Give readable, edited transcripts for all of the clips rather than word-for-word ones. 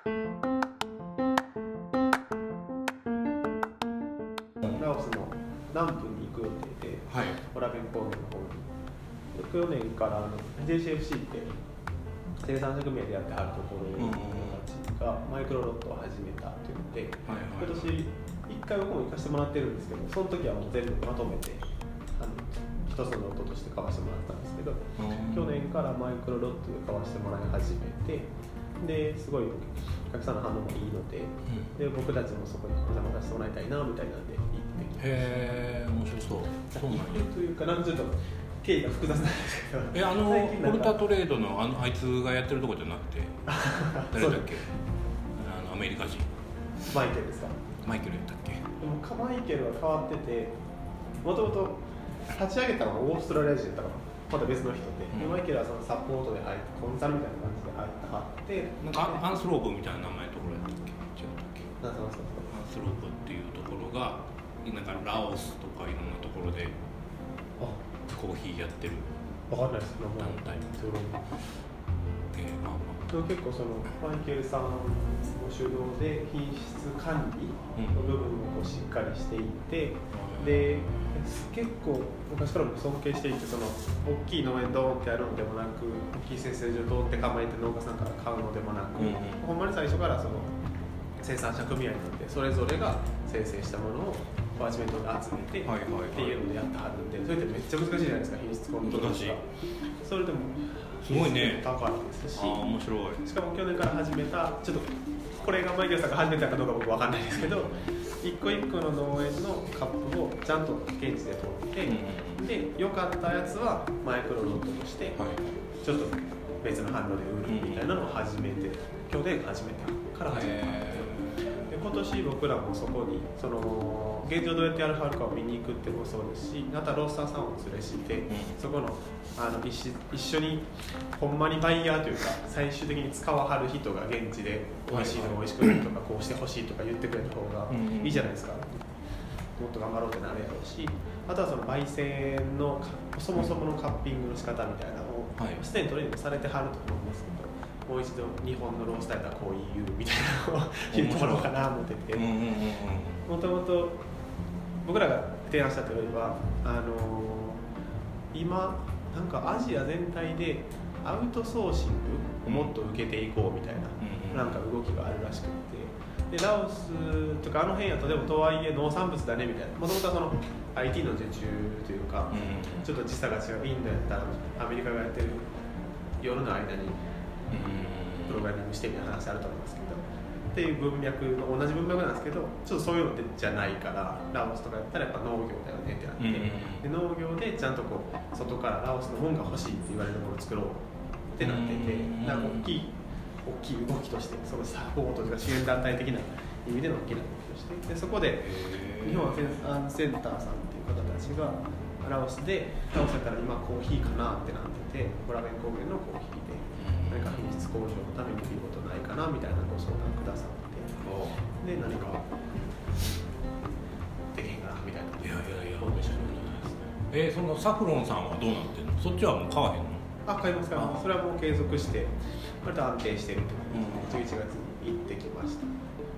ラオスの南部に行く予定で、 はい、 オラベン高原の方に。去年からJCFC って生産者組合でやってはるところの人たちがマイクロロットを始めたというので、今年1回僕も行かせてもらってるんですけど、その時はもう全部まとめて一つのロットとして買わせてもらったんですけど、去年からマイクロロットで買わせてもらい始めて、ですごいお客さんの反応もいいので、で僕たちもそこにお邪魔させてもらいたいなみたいなんで行ってきて。 へー、面白そう。そうなんや。 というか、なんかちょっと経緯が複雑なんですけど、 ポルタトレードのあいつがやってるとこじゃなくて誰だっけ、アメリカ人マイケルですか。 マイケルやったっけ。 でもマイケルは変わってて、もともと立ち上げたのはオーストラリア人だったからまた別の人で、マイケルはそのサポートで入ってコンサルみたいな感じで入ってなんかアンスローブみたいな名前のところやったっけ。違ったっけ。 なんですか。 アンスローブっていうところがなんかラオスとかいろんなところでコーヒーやってるわかんないですけど、 団体。 結構そのマイケルさんの主導で品質管理の部分もしっかりしていて、で結構昔からも尊敬していて、その大きい農園ドーンってやるのでもなく、大きい生成所ドーンって構えて農家さんから買うのでもなく、ほんまに最初からその生産者組合によってそれぞれが生成したものをパーチメントで集めてっていうのでやってはるんで、それってめっちゃ難しいじゃないですか、品質コントロールが。それでもすごいね、 高いですし、 面白い。 しかも去年から始めた、ちょっとこれがマイケルさんが始めたかどうか僕分かんないですけど、一個一個の農園のカップをちゃんと現地で取って、で良かったやつはマイクロロットとしてちょっと別の販路で売るみたいなのを始めて、去年始めてから始めたんですよ。で今年僕らもそこにその現状どうやってやるはるかを見に行くってもそうですし、またロースターさんをお連れして、そこの一緒にほんまにバイヤーというか最終的に使わはる人が現地で美味しいのが美味しくないとかこうしてほしいとか言ってくれた方がいいじゃないですか。もっと頑張ろうってなるやろうし、あとはその焙煎のそもそものカッピングの仕方みたいなのをすでにトレーニングされてはると思うんですけど、もう一度日本のロースターやったらこういうみたいなのを言ってもらおうかなと思ってて、もともと僕らが提案したというよりは今なんかアジア全体でアウトソーシングをもっと受けていこうみたいな、なんか動きがあるらしくて、でラオスとかあの辺やとでもとはいえ農産物だねみたいな、もともとはその IT の受注というか、ちょっと時差が違う、インドやったらアメリカがやってる夜の間にプログラミングしてみたいな話あると思いますけど、っていう文脈の同じ文脈なんですけど、ちょっとそういうのってじゃないから、ラオスとかやったらやっぱ農業だよねってなって、で農業でちゃんとこう外からラオスのもんが欲しいって言われるものを作ろうってなってて、なんか大きい動きとして、そのサポートというか支援団体的な意味での大きな動きとして、でそこで日本センターさんっていう方たちがラオスやったら今コーヒーかなってなってて、ボラベン高原のコーヒーで何か品質向上のためにできることないかなみたいなご相談くださって、で何かできへんかなみたいな。 そのサフロンさんはどうなってんの？そっちはもう買わへんの？ 買います。それはもう継続して割と安定してるという11月に行ってきました。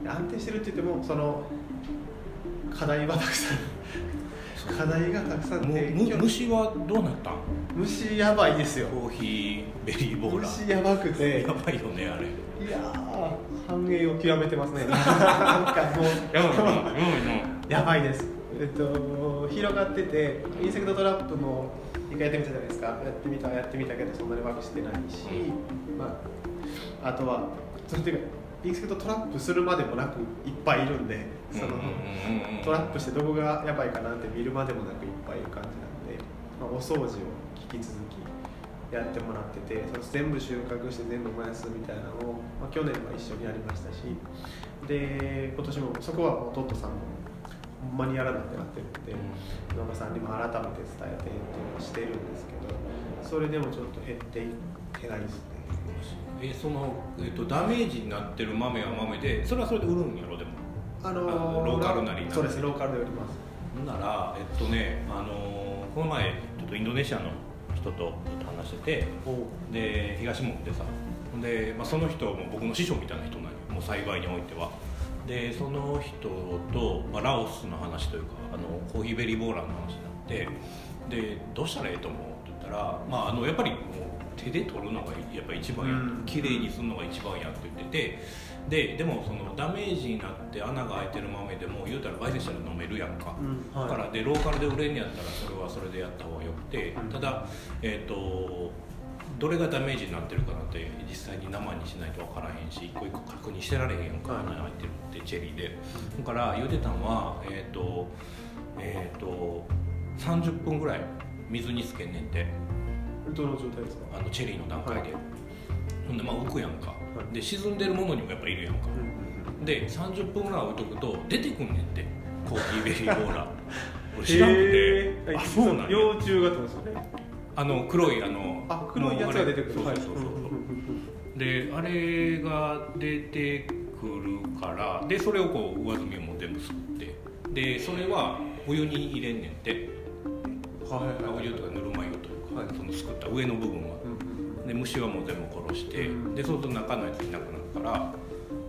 安定してるって言ってもその課題はたくさん課題がたくさんで、 虫はどうなったん？ 虫やばいですよ。 コーヒーベリーボーラー虫やばくてやばいよねあれ。 いやー繁栄を極めてますね。なんかもうやばいです。広がってて、インセクトトラップも一回やってみたじゃないですか。やってみたけどそんなにうまくしてないし、あとはそれっていうかインセクトトラップするまでもなくいっぱいいるんで、そのトラップしてどこがやばいかなって見るまでもなくいっぱいいる感じなんで、お掃除を引き続きやってもらってて、その全部収穫して全部燃やすみたいなのを、去年は一緒にやりましたし、で今年もそこはもうトットさんもほんまにやらなってなってるので、農家さんにも改めて伝えてっていうのをしてるんですけど、それでもちょっと減っていけないですね。 そのダメージになってる豆は豆で、それはそれで売るんやろ？でもローカルなり。 そうです、ローカルで売ります。 ならこの前ちょっとインドネシアの人と話してて、で東門でさ、で、その人も僕の師匠みたいな人なんよ。もう栽培においては。でその人と、ラオスの話というかコーヒーベリーボーラーの話になって、でどうしたらええと思うって言ったら、やっぱりもう手で取るのがやっぱり一番やと、綺麗にするのが一番やって言ってて、でもそのダメージになって穴が開いてる豆でも言うたら焙煎したら飲めるやんか、だからでローカルで売れんやったらそれはそれでやった方がよくて、ただどれがダメージになってるかなんて実際に生にしないと分からへんし、一個一個確認してられへんやんか、穴開いてるってチェリーで。だから言うてたのは30分ぐらい水につけんねんて。 どの状態ですか？ チェリーの段階で、ほんで浮くやんか、で沈んでるものにもやっぱいるやんか、で30分ぐらい置いとくと出てくんねんて、コーヒーベリーボーラー俺知らんくて、そうなんや、 幼虫がってますよね。 黒い黒いやつが出てくる。 そうであれが出てくるから、でそれをこう上澄みをも全部すって、でそれはお湯に入れんねんて、お湯とかぬるま湯というか、そのすくった上の部分は、で虫はもう全部殺して、でそうすると中のやついなくなるから、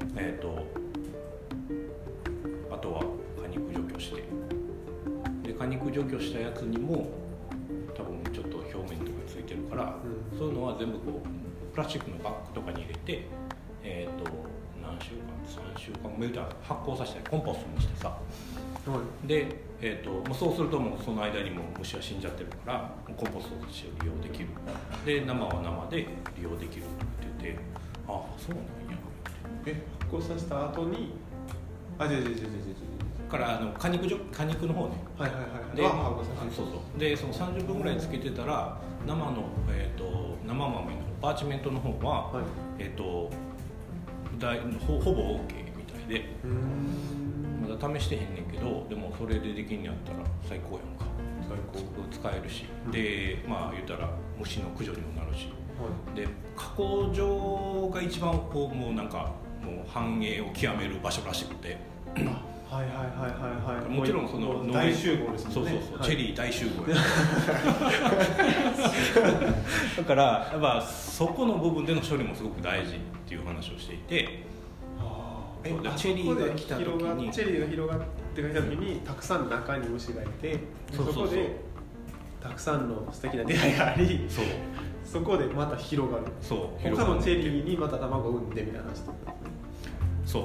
あとは果肉除去して、で果肉除去したやつにも多分ちょっと表面とかついてるから、そういうのは全部こうプラスチックのバッグとかに入れて、何週間3週間目発酵させたりコンポストにしてさ、で、そうするともうその間にも虫は死んじゃってるからコンポストとして利用できる、で生は生で利用できるって言って、あそうなんや。 発酵させた後にから果肉の方ね、でその30分ぐらいつけてたら生豆のパーチメントの方は、ほぼ OK みたいで、まだ試してへんねんけど、でもそれでできんやったら最高やんか、使えるし、で言ったら虫の駆除にもなるし、で加工場が一番こうもうなんかもう繁栄を極める場所らしくて、もちろんその大集合ですね。 そう、チェリー大集合やだからやっぱそこの部分での処理もすごく大事っていう話をしていて、 チェリーが来た時にチェリーが広がってきた時にたくさん中に虫がいて、そこでたくさんの素敵な出会いがあり、そこでまた広がる、他のチェリーにまた卵を産んでみたいな話とか、 そう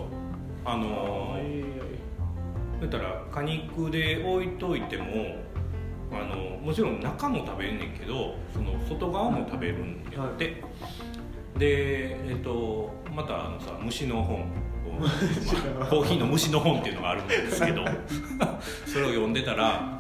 だったら果肉で置いといてももちろん中も食べるねんけど、その外側も食べるんやって、でまたさ虫の本コーヒーの虫の本っていうのがあるんですけどそれを読んでたら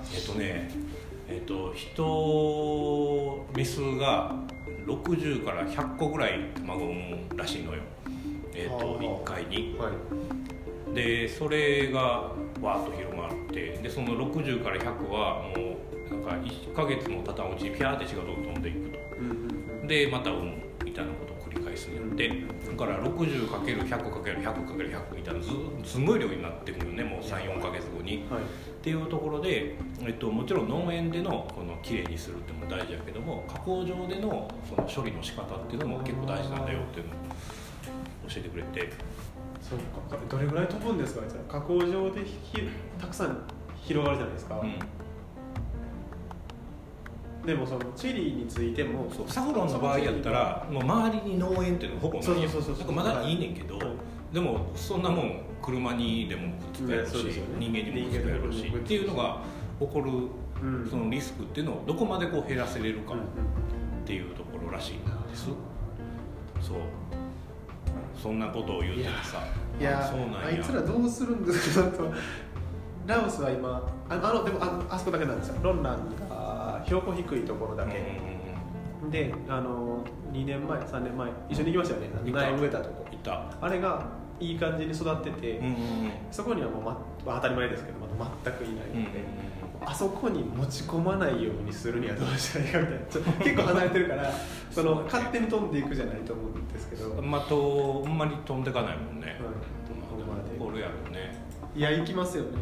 人メスが60から100個ぐらい卵を産むらしいのよ、1回に、でそれがわーっと広がって、でその60から100はもうなんか1ヶ月も経たんうちにピャーって違うとこ飛んでいくと、でまた産むみたいなことを繰り返すんやって、だから 60×100×100×100 みたいなすごい量になってくるよね、もう 3,4 ヶ月後に、っていうところで、もちろん農園でのこのきれいにするっていうのも大事やけども、加工場でのその処理の仕方っていうのも結構大事なんだよっていうのを教えてくれて。 そうか、どれぐらい飛ぶんですか？加工場でたくさん広がるじゃないですか、でもそのチェリーについてもサフロンの場合やったらもう周りに農園っていうのほぼないよ、なんかまだいいねんけど、でもそんなもん車にでもくっつくやろうし、人間にもくっつくやろうしっていうのが起こるそのリスクっていうのをどこまでこう減らせれるかっていうところらしいんです。そうそんなことを言っててさ、 いやそうなんや、あいつらどうするんですかと。ラオスは今でもあそこだけなんですよ、ロンランが標高低いところだけ、で2年前3年前一緒に行きましたよね、苗植えたとこ、あれがいい感じに育ってて、そこにはもう、当たり前ですけど全くいないので、あそこに持ち込まないようにするにはどうしたらいいかみたいな、結構離れてるからその勝手に飛んでいくじゃないと思うんですけど、 あんまり飛んでかないもんね、これやろうね。 いや行きますよね、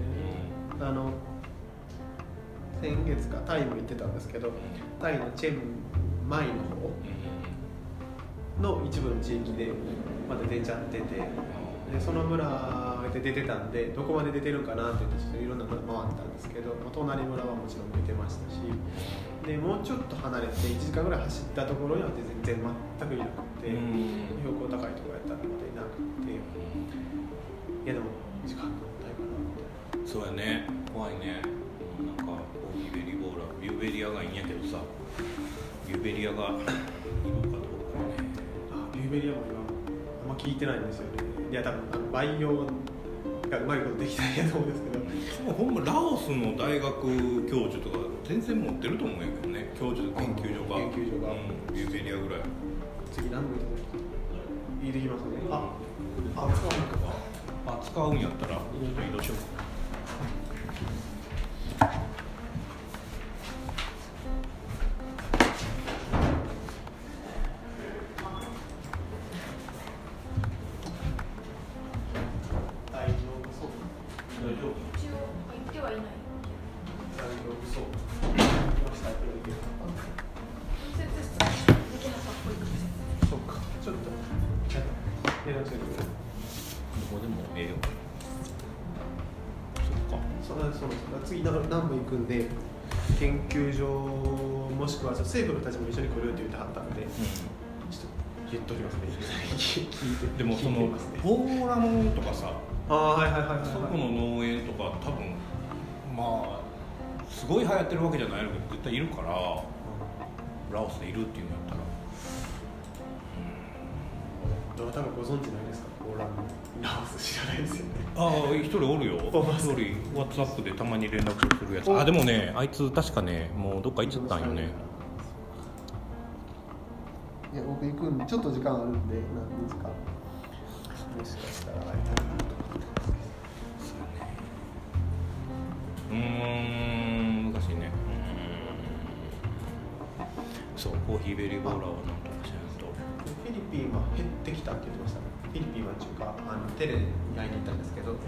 先月かタイも行ってたんですけど、タイのチェンマイの方の一部の地域でまだ出ちゃってて、 でその村で出てたんでどこまで出てるかなって言ってちょっといろんな村回ったんですけど、隣村はもちろん出てましたし、でもうちょっと離れて1時間ぐらい走ったところには全然全くいなくて、標高高いところやったらまたいなくて、いやでも時間ないかなみたいな。 そうやね、怖いね。なんかコーヒーベリーボーラー、ビューベリアがいいんやけどさ、ビューベリアがいるかどうかね。 ビューベリアも今あんま聞いてないんですよね。いや多分培養がうまいことできたんやと思うんですけど、 ほんまラオスの大学教授とか全然持ってると思うんやけどね、教授研究所が、ビューベリアぐらい。 次何分言いできますね。 使うんやったらちょっと移動しようか。 次南部行くんで研究所もしくは政府の人たちも一緒に来るって言ってはったんで、ちょっと言っときますね。聞いて。 でもそのポーラムとかさ、そこの農園とか多分まあすごい流行ってるわけじゃないのけど絶対いるから、ラオスでいるっていうんやったら。 どなたかご存知ないですか？ポーラムラオス知らないですよね。 一人おるよ。一人 WhatsApp でたまに連絡するやつ。でもね、あいつ確かねもうどっか行っちゃったんよね。 いや僕行くんでちょっと時間あるんで何ですか。もしかしたら会いたいなと思って。 難しいね。そうコーヒーベリーボーラーはなんとかしないと。 フィリピンは減ってきたって言ってましたね。フィリピンはっていうかテレに会いに行ったんですけど、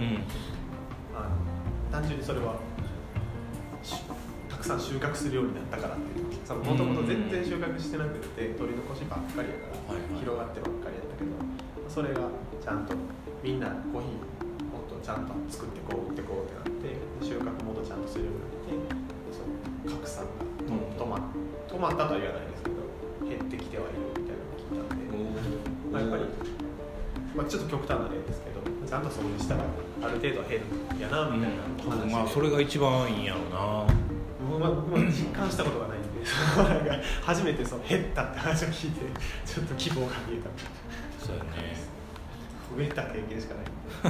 単純にそれはたくさん収穫するようになったからっていう、もともと全然収穫してなくて取り残しばっかりやから、広がってばっかりやったけど、それがちゃんとみんなコーヒーもっとちゃんと作ってこう売ってこうってなって収穫もっとちゃんとするようになって、その拡散が止まったとは言わないですけど減ってきてはいるみたいなのを聞いたんで、やっぱり。ちょっと極端な例ですけど、ちゃんと掃除したらある程度は減るんやなみたいな話、 まあそれが一番いいんやろうな。 僕も実感したことがないんで初めて減ったって話を聞いてちょっと希望が見えた。 そうやね、 増えた経験しかない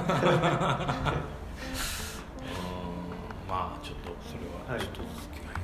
まあちょっとそれはちょっとずつ気が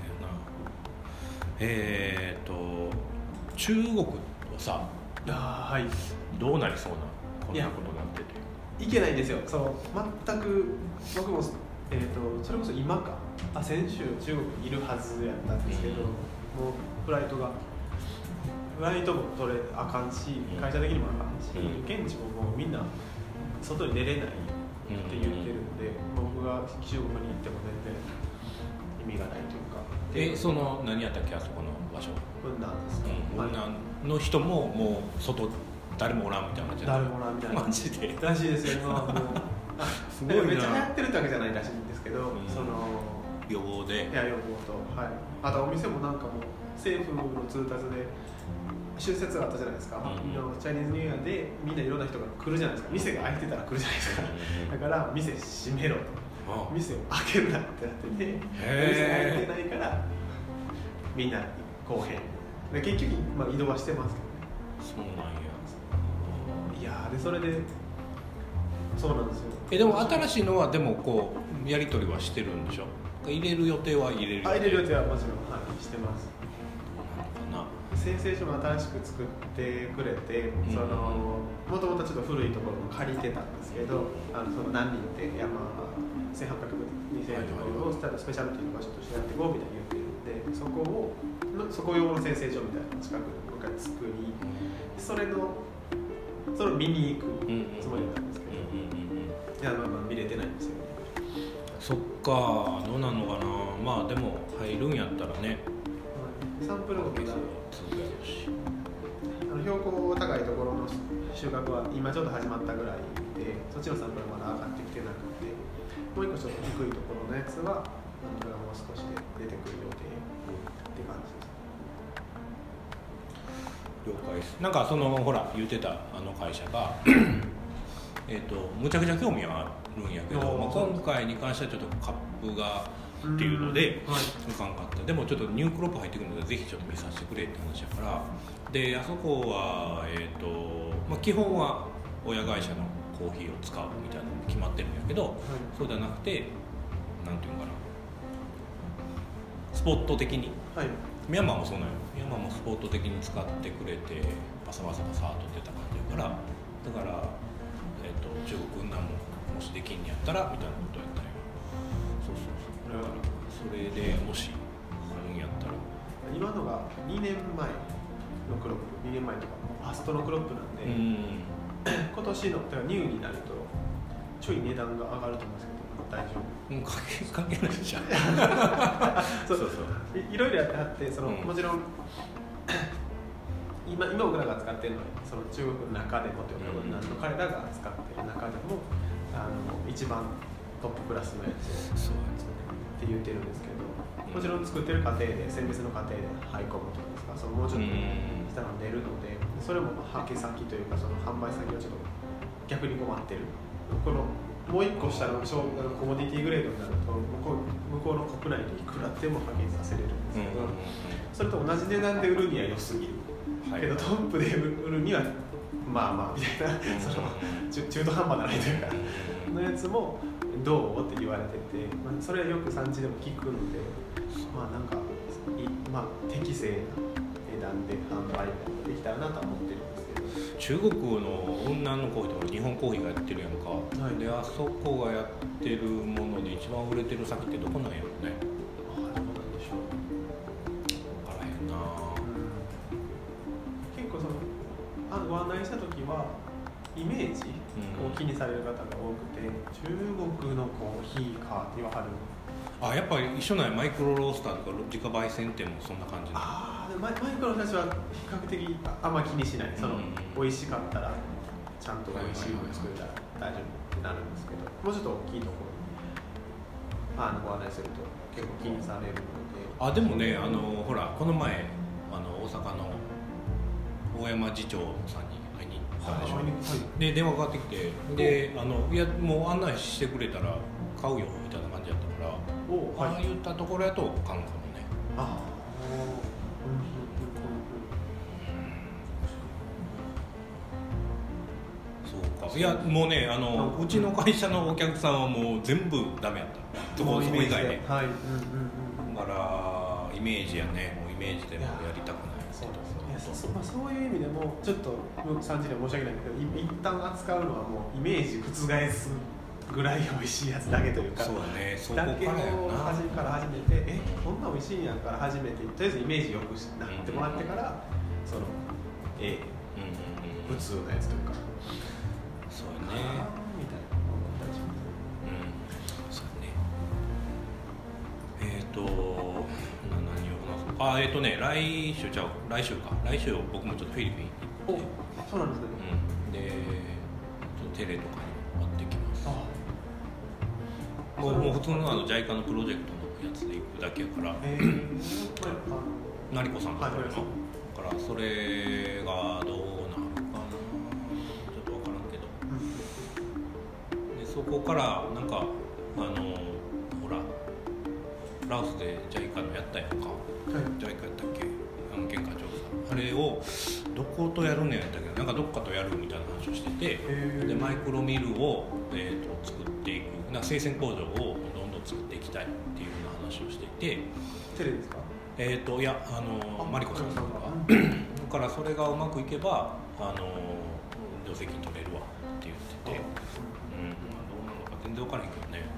いいな。中国はさ、どうなりそうなこんなことになってていけないんですよ。全く僕もそれこそ今か先週中国にいるはずやったんですけど、もうフライトも取れあかんし、会社的にもあかんし、現地ももうみんな外に出れないって言ってるんで、僕が中国に行っても全然意味がないというか。 その何やったっけ、あそこの場所、 雲南ですか。 雲南の人ももう外誰もおらんみたいな感じ。 誰もおらんみたいな。 マジでらしいですよ。もうすごいな。 めっちゃ流行ってるってわけじゃないらしいんですけど、 予防で。 予防と、あとお店もなんかもう政府の通達で春節があったじゃないですか。チャイニーズニューイヤーでみんないろんな人が来るじゃないですか。店が開いてたら来るじゃないですか。だから店閉めろと、店を開けるなってなってて、店開いてないからみんな公平で結局移動はしてますけどね。 そうなんや。 いやでそれでそうなんですよ。 でも新しいのはでもこうやり取りはしてるんでしょ。入れる予定は入れる予定はもちろん、してます。 なのかな。 先生書も新しく作ってくれて、もともとちょっと古いところも借りてたんですけど、その何人って山1800部2000とかをスペシャルティの場所としてやっていこうみたいに言ってるんで、そこ用の先生書みたいなのを近くにもう一回作り、それを見に行くつもりだったんですけど、見れてないんですよね。 そっか、どうなのかな。まあでも入るんやったらね、 サンプルもまだ標高高いところの収穫は今ちょっと始まったぐらいて、そっちのサンプルまだ上がってきてなくて、もう一個ちょっと低いところのやつはこれがもう少しで出てくる予定って感じです。 了解です。なんかそのほら言ってたあの会社がむちゃくちゃ興味はあるんやけど、今回に関してはちょっとカップがっていうのでいかんかった。でもちょっとニュークロップ入ってくるのでぜひちょっと見させてくれって話やから、であそこは基本は親会社のコーヒーを使うみたいなのも決まってるんやけど、そうではなくてなんていうのかな、スポット的に、ミャンマーもそうなんよ。ミャンマーもスポット的に使ってくれてバサバサバサーと出た感じやから、だから、中国なんももしできんやったらみたいなことやったんよ。だからそれでもしあるんやったら、 今のが2年前のクロップ、2年前とかファストのクロップなんで、今年のだからニューになるとちょい値段が上がると思うんですけど大丈夫？ もう関係ないじゃん。 そういろいろやってあって、もちろん今僕らが使ってるのはその中国の中でもということなんで、彼らが使ってる中でも一番トップクラスのやつって言ってるんですけど、もちろん作ってる過程で選別の過程で配込むとかですか、もうちょっと下の出るので、それもはけ先というかその販売先はちょっと逆に困ってる。このもう一個下のコモディティグレードになると向こうの国内でいくらでも派遣させれるんですけど、それと同じ値段で売るには良すぎる、けどトップで売るにはまあまあみたいな、その中途半端ならないというかのやつもどうって言われてて、それはよく産地でも聞くので、なんか適正な値段で販売もできたらなとは思ってるんですけど。 中国の雲南のコーヒーとか日本コーヒーがやってるやんか、であそこがやってるもので一番売れてる先ってどこなんやろね。 どうなんでしょう。 分からへんな。 結構ご案内した時はイメージを気にされる方が多くて、中国のコーヒーかって言わはる。 やっぱり一緒なんや。マイクロロースターとか自家焙煎店もそんな感じな。 マイクロの人たちは比較的あんまり気にしない。美味しかったらちゃんと美味しいもの作れたら大丈夫ってなるんですけど、もうちょっと大きいところにご案内すると結構気にされるので。 でもね、ほらこの前大阪の大山次長さんに会いに行ったでしょ。で電話かかってきて、でいやもう案内してくれたら買うよみたいな感じだったから、言ったところやと買うかもね。そうか。いやもうねうちの会社のお客さんはもう全部ダメやった。そこ以外ね。だからイメージやね。もうイメージでもやりたくない。 そういう意味でもちょっと産地で申し訳ないけど、一旦扱うのはもうイメージ覆すぐらい美味しいやつだけというか、 そうね、そこだけを初めから始めて、こんな美味しいんやから始めて、とりあえずイメージよくなってもらってから、その普通のやつというか、 そうねみたいな思ったりします。 そうね。来週僕もちょっとフィリピン行って。 そうなんですね。 でテレとかに持ってきます。もう普通のJICA のプロジェクトのやつで行くだけやから、成子さんとかの、だからそれがどうなるかな、ちょっと分からんけど、でそこからなんかほらラオスで JICA のやったやんか、JICA やったっけ、原価調査、あれをどことやるんやったけど、なんかどっかとやるみたいな話をしてて、でマイクロミルを、作っていく、なんか生鮮工場をどんどん作っていきたいっていうような話をしていて。 テレですか？ いやマリコさんとかだからそれがうまくいけば助成金取れるわって言ってて、どうなのか全然分からへんけどね。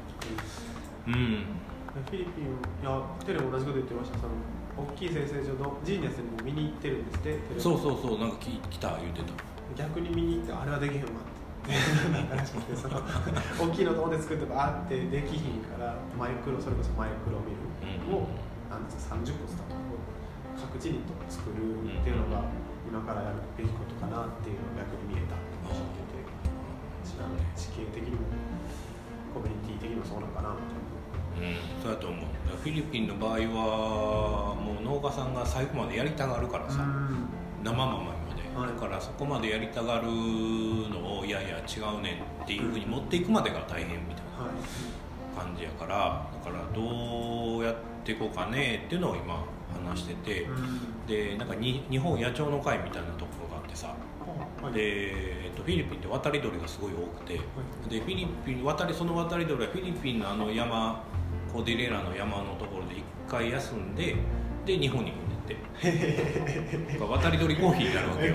フィリピン、いやテレも同じこと言ってました。その大きい生成所のジーニアスにも見に行ってるんですって。 そうなんか来た言ってた。 逆に見に行ってあれはできへんわってなんからしくて、その大きいのどうで作ってばってできひんから、それこそマイクロミルを30個使った各地に作るっていうのが今からやるべきことかなっていうのが逆に見えたっておっしゃってて、 地形的にもコミュニティ的にもそうなんかなみたいな。 そうだと思う。フィリピンの場合はもう農家さんが最後までやりたがるからさ、生ままで、だからそこまでやりたがるのをいやいや違うねんっていうふうに持っていくまでが大変みたいな感じやから、だからどうやっていこうかねっていうのを今話してて、でなんか日本野鳥の会みたいなところがあってさ、でフィリピンって渡り鳥がすごい多くて、でフィリピンその渡り鳥はフィリピンのあの山コーディレーラの山のところで一回休んで、で日本に来るんで渡り鳥コーヒーになるわけよ。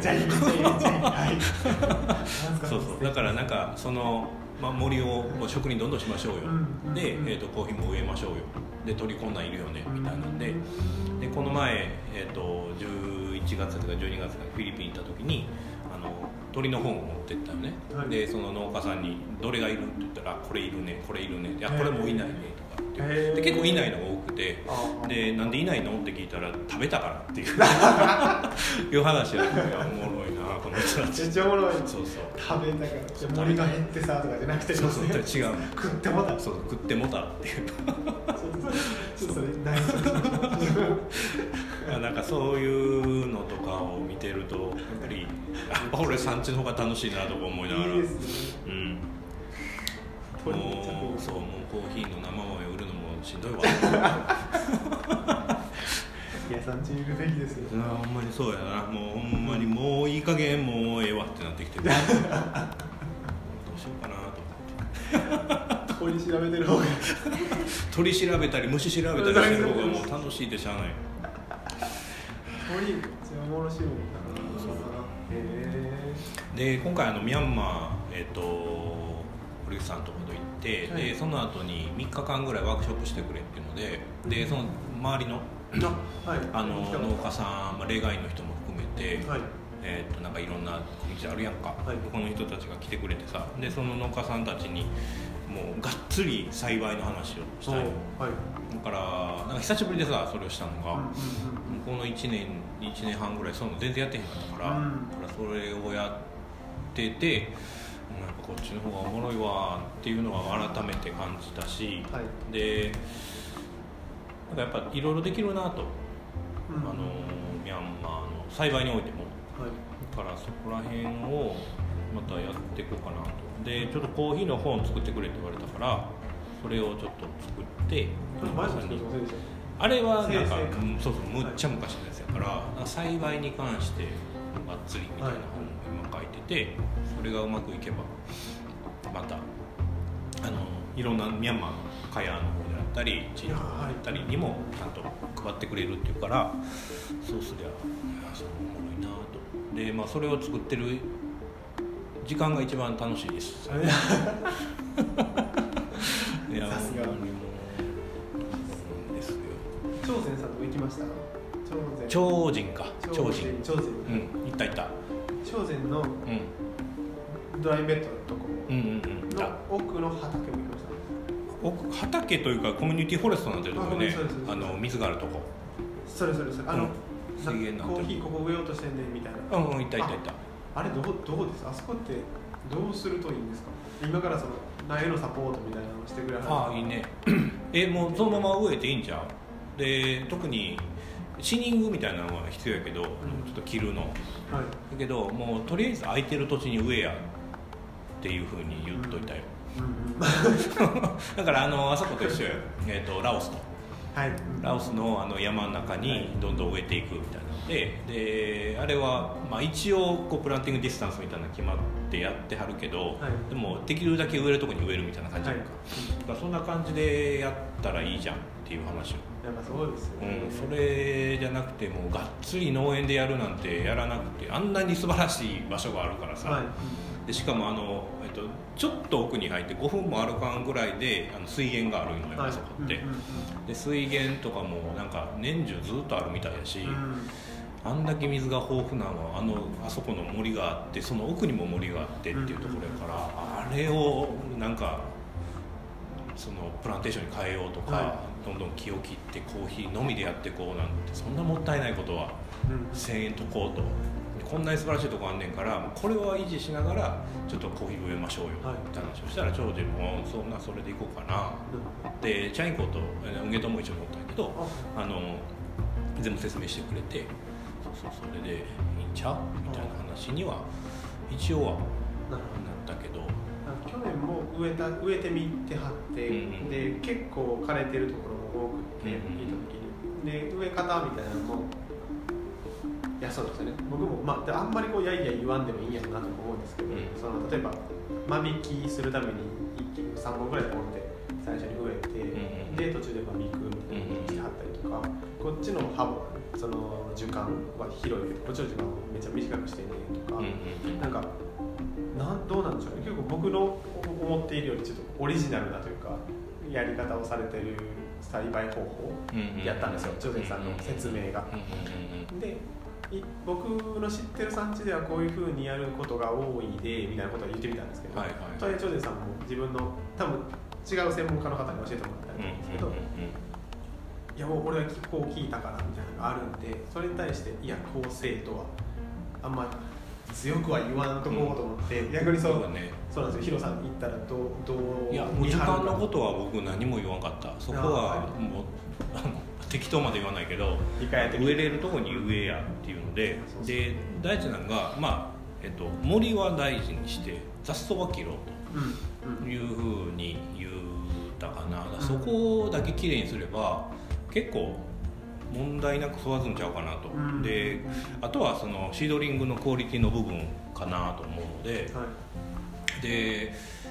そうそう、だからなんかその、森を植林どんどんしましょうよ、で、コーヒーも植えましょうよ、で鳥こんなんいるよねみたいなんで、この前、11月とか12月かフィリピン行った時に鳥の本を持ってったよね、でその農家さんにどれがいるって言ったらこれいるねこれいるね、いやこれもいないねとかってで結構いないのが多くて、でなんでいないのって聞いたら食べたからっていういう話やって、おもろいなこの人たち。 めっちゃおもろい。 そうそう、 食べたから森が減ってさとかじゃなくて、 そうそう違う、 食ってもた、 そう食ってもたっていうちょっとそれ大事なんかそういうのとかを見てるとやっぱり俺産地の方が楽しいなとか思いながら、 いいですね、 もうコーヒーの生豆を売るのもしんどいわいや産地にいるべきですよ。 ほんまにそうやな、もうほんまにもういい加減もうええわってなってきてるどうしようかなと取り調べてる方が取り調べたり虫調べたりしてる方がもう楽しいでしゃあない。 鳥めっちゃおもろしいもんな。 で今回ミャンマー堀口さんのところ行って、でその後に3日間ぐらいワークショップしてくれっていうので、その周りの農家さん、例外の人も含めて、なんかいろんなコミュニティあるやんか、この人たちが来てくれてさ、でその農家さんたちにもうがっつり栽培の話をしたい、だからなんか久しぶりでさそれをしたのが、この1年半ぐらいその全然やってへんかったから、それをやってて、やっぱこっちの方がおもろいわっていうのは改めて感じたし、でなんかやっぱいろいろできるなと、ミャンマーの栽培においても、だからそこら辺をまたやっていこうかなと。でちょっとコーヒーの本作ってくれって言われたから、それをちょっと作ってあれはなんかそうむっちゃ昔のやつやから、栽培に関してがっつりみたいな本を今書いてて、それがうまくいけばまたいろんなミャンマーのカヤの方であったり地域の方であったりにもちゃんと配ってくれるっていうから、そうすりゃそうおもろいなと。でそれを作ってる時間が一番楽しいです。いやさすがですよ。 長善さんとも行きました。 長善か。長善。行った。 長善のドライベッドのところの奥の畑も行きました。 畑というかコミュニティフォレストになってるところね。水があるとこ。 それ。水源なんてコーヒーここ植えようとしてんねんみたいな。 行った。 あれどうですか？あそこってどうするといいんですか？今からその苗のサポートみたいなのをしてくれはる。 いいね。もうそのまま植えていいんちゃう？で特にシニングみたいなのは必要やけど、ちょっと切るの。だけどもうとりあえず空いてる土地に植えやっていうふうに言っといたよ。だからあそこと一緒よ。ラオスと。ラオスの山の中にどんどん植えていくみたいなので、あれは一応プランティングディスタンスみたいなの決まってやってはるけど、でもできるだけ植えるとこに植えるみたいな感じやんか、だからそんな感じでやったらいいじゃんっていう話を。 やっぱそうですよね。 それじゃなくてもうがっつり農園でやるなんてやらなくて、あんなに素晴らしい場所があるからさ、でしかもちょっと奥に入って5分も歩かんぐらいで水源があるのよ、あそこって。で水源とかもなんか年中ずっとあるみたいやし、あんだけ水が豊富なのはあそこの森があって、その奥にも森があってっていうところやから、あれをなんかそのプランテーションに変えようとか、どんどん木を切ってコーヒーのみでやっていこうなんて、そんなもったいないことは1000円とこうと。 こんなに素晴らしいとこあんねんからこれは維持しながらちょっとコーヒー植えましょうよって話をしたら長女もそんなそれでいこうかな、でチャインコとウゲトも一緒におったんやけど全部説明してくれてそれでいいんちゃうみたいな話には一応はなったけど、 去年も植えてみてはって、で結構枯れてるところも多くて、見た時にで植え方みたいなのもそうですよね、僕も、あんまりやいや言わんでもいいんやろうなと思うんですけど、その例えば間引きするために3本ぐらいポンって最初に植えて、で途中で間引くみたいなのしてはったりとか、こっちのその樹幹は広いけどこっちの樹幹をめっちゃ短くしてねとか、どうなんでしょうね、結構僕の思っているよりちょっとオリジナルなというかやり方をされてる栽培方法やったんですよ、ジョゼさんの説明が。で僕の知ってる産地ではこういう風にやることが多いでみたいなことを言ってみたんですけど、トイジョゼさんも自分の多分違う専門家の方に教えてもらったんですけど、いやもう俺はこう聞いたからみたいなのがあるんで、それに対していやこうせえとはあんま強くは言わんとこうと思って、逆にそうなんですよ。ヒロさん言ったらどういやもう時間のことは僕何も言わんかった。そこはもう適当まで言わないけど植えれるとこに植えやっていうので、で大事なのが、森は大事にして雑草は切ろうというふうに言ったかな。そこだけきれいにすれば結構問題なく育つんちゃうかなと、であとはそのシードリングのクオリティの部分かなと思うので、で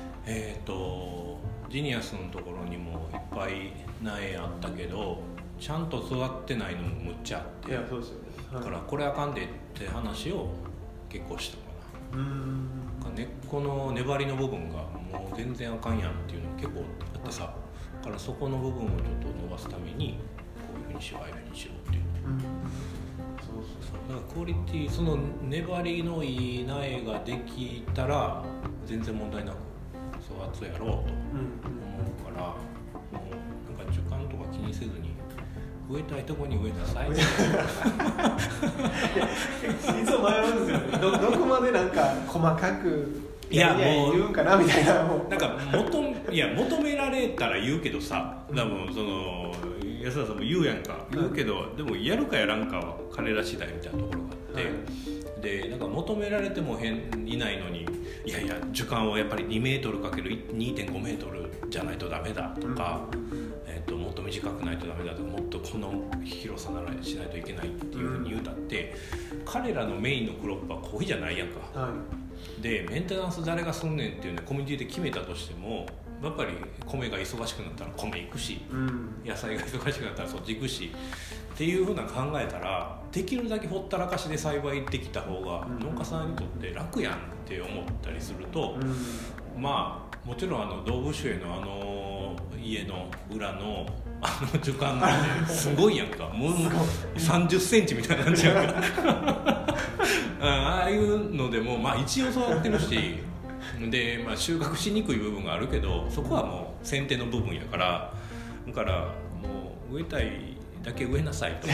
ジニアスのところにもいっぱい苗あったけどちゃんと育ってないのもむっちゃあって、 そうですよね、 だからこれあかんでって話を結構したかな。根っこの粘りの部分がもう全然あかんやんっていうの結構あってさ、だからそこの部分をちょっと伸ばすためにこういうふうにしようああいうふうにしようっていう、だからクオリティその粘りのいい苗ができたら全然問題なく育つやろうと思うから、もうなんか樹幹とか気にせずに植えたいとこに植えなさい。 いつも迷うんですよね。どこまでなんか細かく言うんかなみたいな。 なんか求められたら言うけどさ、多分その安田さんも言うやんか、言うけど、でもやるかやらんかは彼ら次第みたいなところがあって、でなんか求められてもいないのにいや樹幹はやっぱり2メートル ×2.5 メートルじゃないとダメだとか、もっと短くないとダメだとか、もっとこの広さならしないといけないっていうふうに言うたって、彼らのメインのクロップはコーヒーじゃないやんか、でメンテナンス誰がすんねんっていうねコミュニティで決めたとしてもやっぱり米が忙しくなったら米行くし、野菜が忙しくなったらそっち行くしっていうふうな考えたら、できるだけほったらかしで栽培できた方が農家さんにとって楽やんって思ったりすると、もちろん動物園の家の裏の樹幹なんてすごいやんか、もう30センチみたいになっちゃうからああいうのでも一応育ってるしで、収穫しにくい部分があるけど、そこはもう剪定の部分やから、だからもう植えたいだけ植えなさいと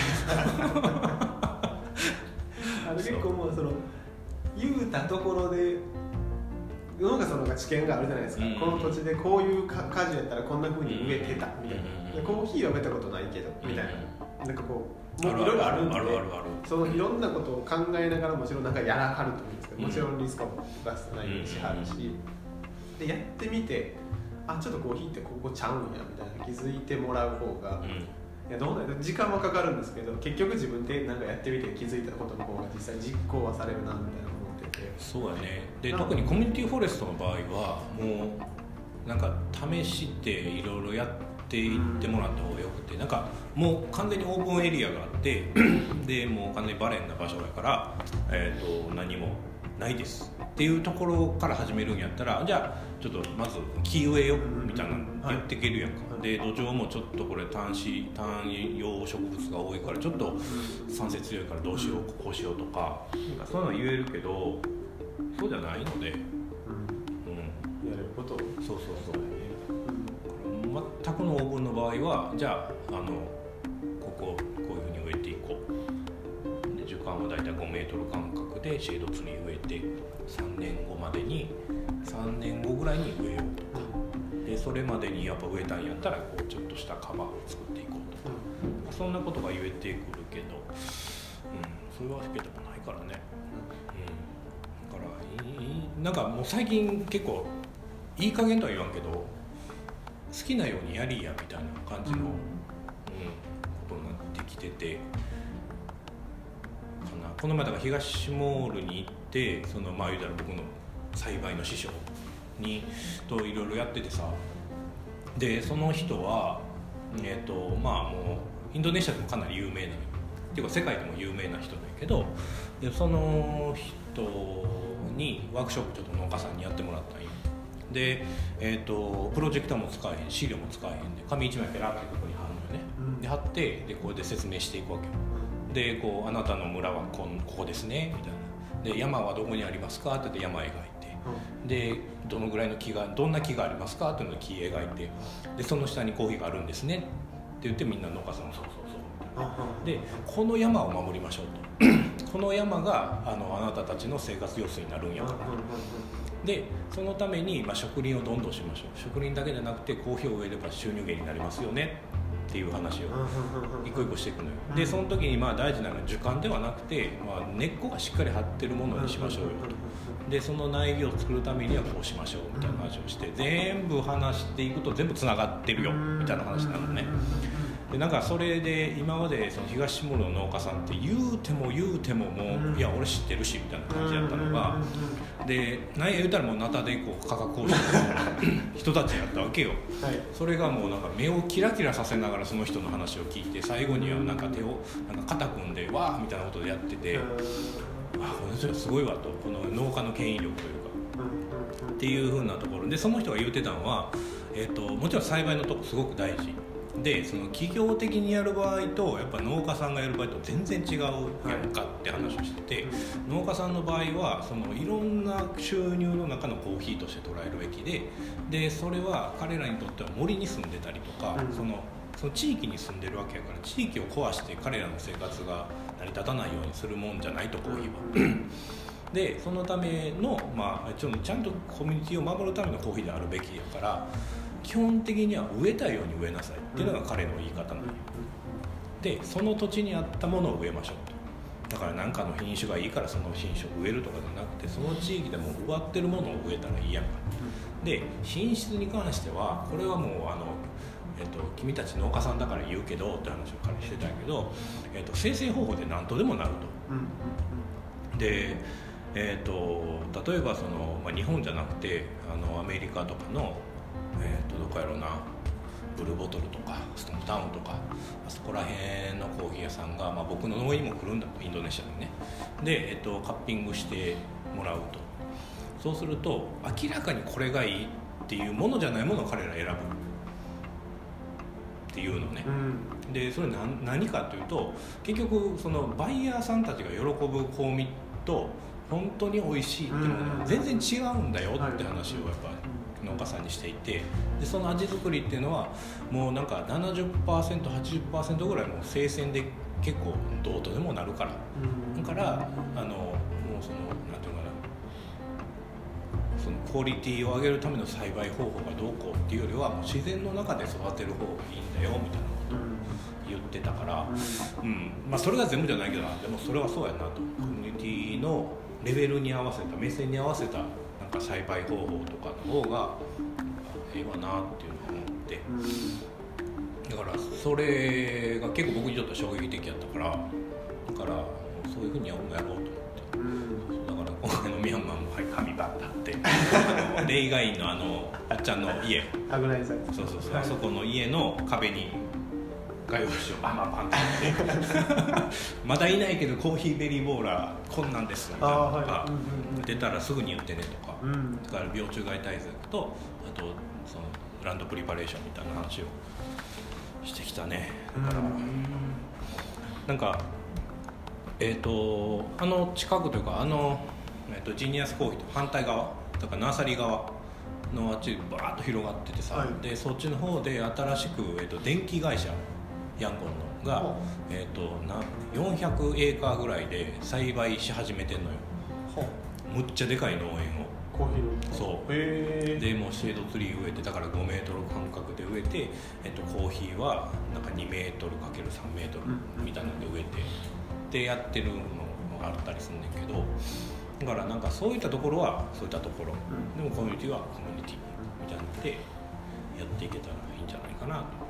結構もうその言うたところで農家さんの知見があるじゃないですか、この土地でこういう果樹やったらこんな風に植えてたみたいな、コーヒーは植えたことないけどみたいな、なんかこうもういろいろあるんで、そのいろんなことを考えながらもちろんなんかやらはると思うんですけど、もちろんリスクも出さないようにしはるし、でやってみてちょっとコーヒーってここちゃうんやみたいな気づいてもらう方が、いやどうなん時間はかかるんですけど、結局自分でなんかやってみて気づいたことの方が実際実行はされるなみたいな思ってて。 そうやね。で特にコミュニティフォレストの場合はもうなんか試していろいろやっていってもらった方がよくて、なんかもう完全にオープンエリアがあってでもう完全にバレンな場所だから、何もないですっていうところから始めるんやったら、じゃあちょっとまず木植えよみたいなのやっていけるやんか、で土壌もちょっとこれ単葉植物が多いからちょっと酸性強いからどうしよう、こうしようとか、なんかそういうのは言えるけど、そうじゃないので、やれることそう全くのオーブンの場合はじゃあこういうふうに植えていこう、で樹幹間はだいたい5メートル間隔でシェードツリー植えて3年後ぐらいに植えようとかでそれまでにやっぱ植えたんやったらこうちょっとしたカバーを作っていこうとか、そんなことが言えてくるけど、そういうわけでもないからね、だからなんかもう最近結構いい加減とは言わんけど好きなようにやりやみたいな感じの、ことになってきててこの前だから東モールに行ってその言うたら僕の栽培の師匠にといろいろやっててさ、でその人はもうインドネシアでもかなり有名なっていうか世界でも有名な人だけど、でその人にワークショップちょっと農家さんにやってもらったんよ。で、プロジェクターも使えへん資料も使えへんで紙一枚ペラってここに貼るのよね、で貼ってでこれで説明していくわけよ。でこうあなたの村はここですねみたいなで山はどこにありますかって言って山描いて、でどのぐらいの木がどんな木がありますかっていうのを木描いてでその下にコーヒーがあるんですねって言ってみんな農家さんもそうでこの山を守りましょうとこの山があなたたちの生活用水になるんやからでそのために、植林をどんどんしましょう。植林だけじゃなくてコーヒーを植えれば収入源になりますよねっていう話を一個一個していくのよ。でその時に大事なのは樹幹ではなくて、根っこがしっかり張ってるものにしましょうよと。でその苗木を作るためにはこうしましょうみたいな話をして全部話していくと全部つながってるよみたいな話なのね。でなんかそれで今までその東モールの農家さんって言うてももういや俺知ってるしみたいな感じだったのがで何や言うたらもうナタでこう価格交渉の人たちやったわけよ、はい、それがもうなんか目をキラキラさせながらその人の話を聞いて最後にはなんか手をなんか肩組んでわーみたいなことでやっててこの人はすごいわとこの農家の権威力というかっていう風なところでその人が言ってたのは、もちろん栽培のとこすごく大事でその企業的にやる場合とやっぱ農家さんがやる場合と全然違うやんかって話をしてて、農家さんの場合はそのいろんな収入の中のコーヒーとして捉えるべきでそれは彼らにとっては森に住んでたりとか、その地域に住んでるわけやから地域を壊して彼らの生活が成り立たないようにするもんじゃないとコーヒーはでそのための、ちゃんとコミュニティを守るためのコーヒーであるべきやから基本的には植えたいように植えなさいっていうのが彼の言い方なのよ。でその土地に合ったものを植えましょうと。だから何かの品種がいいからその品種を植えるとかじゃなくてその地域でも植わってるものを植えたらいいやんか。で品質に関してはこれはもう君たち農家さんだから言うけどって話を彼してたけど、生成方法で何とでもなると。で例えば日本じゃなくてアメリカとかのどこやろうなブルーボトルとかストーンタウンとかあそこら辺のコーヒー屋さんが、僕の農園にも来るんだとインドネシアにねで、カッピングしてもらうとそうすると明らかにこれがいいっていうものじゃないものを彼ら選ぶっていうのね、でそれ何かというと結局そのバイヤーさんたちが喜ぶ香味と本当に美味しいっていうのは全然違うんだよって話をやっぱり農家さんにしていてでその味作りっていうのはもうなんか 70%、80% ぐらいもう生鮮で結構どうとでもなるからだからもうそのなんていうかなそのクオリティを上げるための栽培方法がどうこうっていうよりはもう自然の中で育てる方がいいんだよみたいなことを言ってたから、それが全部じゃないけどでもそれはそうやなとコミュニティのレベルに合わせた目線に合わせたなんか栽培方法とかの方がええわなっていうのを思ってだからそれが結構僕にとっては衝撃的やったからそういうふうにやろうと思ってだから今回のミャンマーも紙バッタってレイガインのあっちゃんの家そうあそこの家の壁に画用紙をバンバンバンってまだいないけどコーヒーベリーボーラーこんなんですみたいなのとか出たらすぐに言ってねとかだから病虫害対策とあとそのランドプリパレーションみたいな話をしてきたねだからなんか近くというかジニアスコーヒーと反対側だからナーサリー側のあっちバーッと広がっててさ、でそっちの方で新しく、電気会社ヤンゴンのが、400エーカーぐらいで栽培し始めてんのよ。むっちゃでかい農園を。 コーヒーの。 そうでもうシェードツリー植えて、だから5メートル間隔で植えて、コーヒーはなんか2メートル ×3 メートルみたいなので植えて、でやってるのがあったりするんだけど、だからなんかそういったところはそういったところ、でもコミュニティはコミュニティみたいなのでやっていけたらいいんじゃないかなと。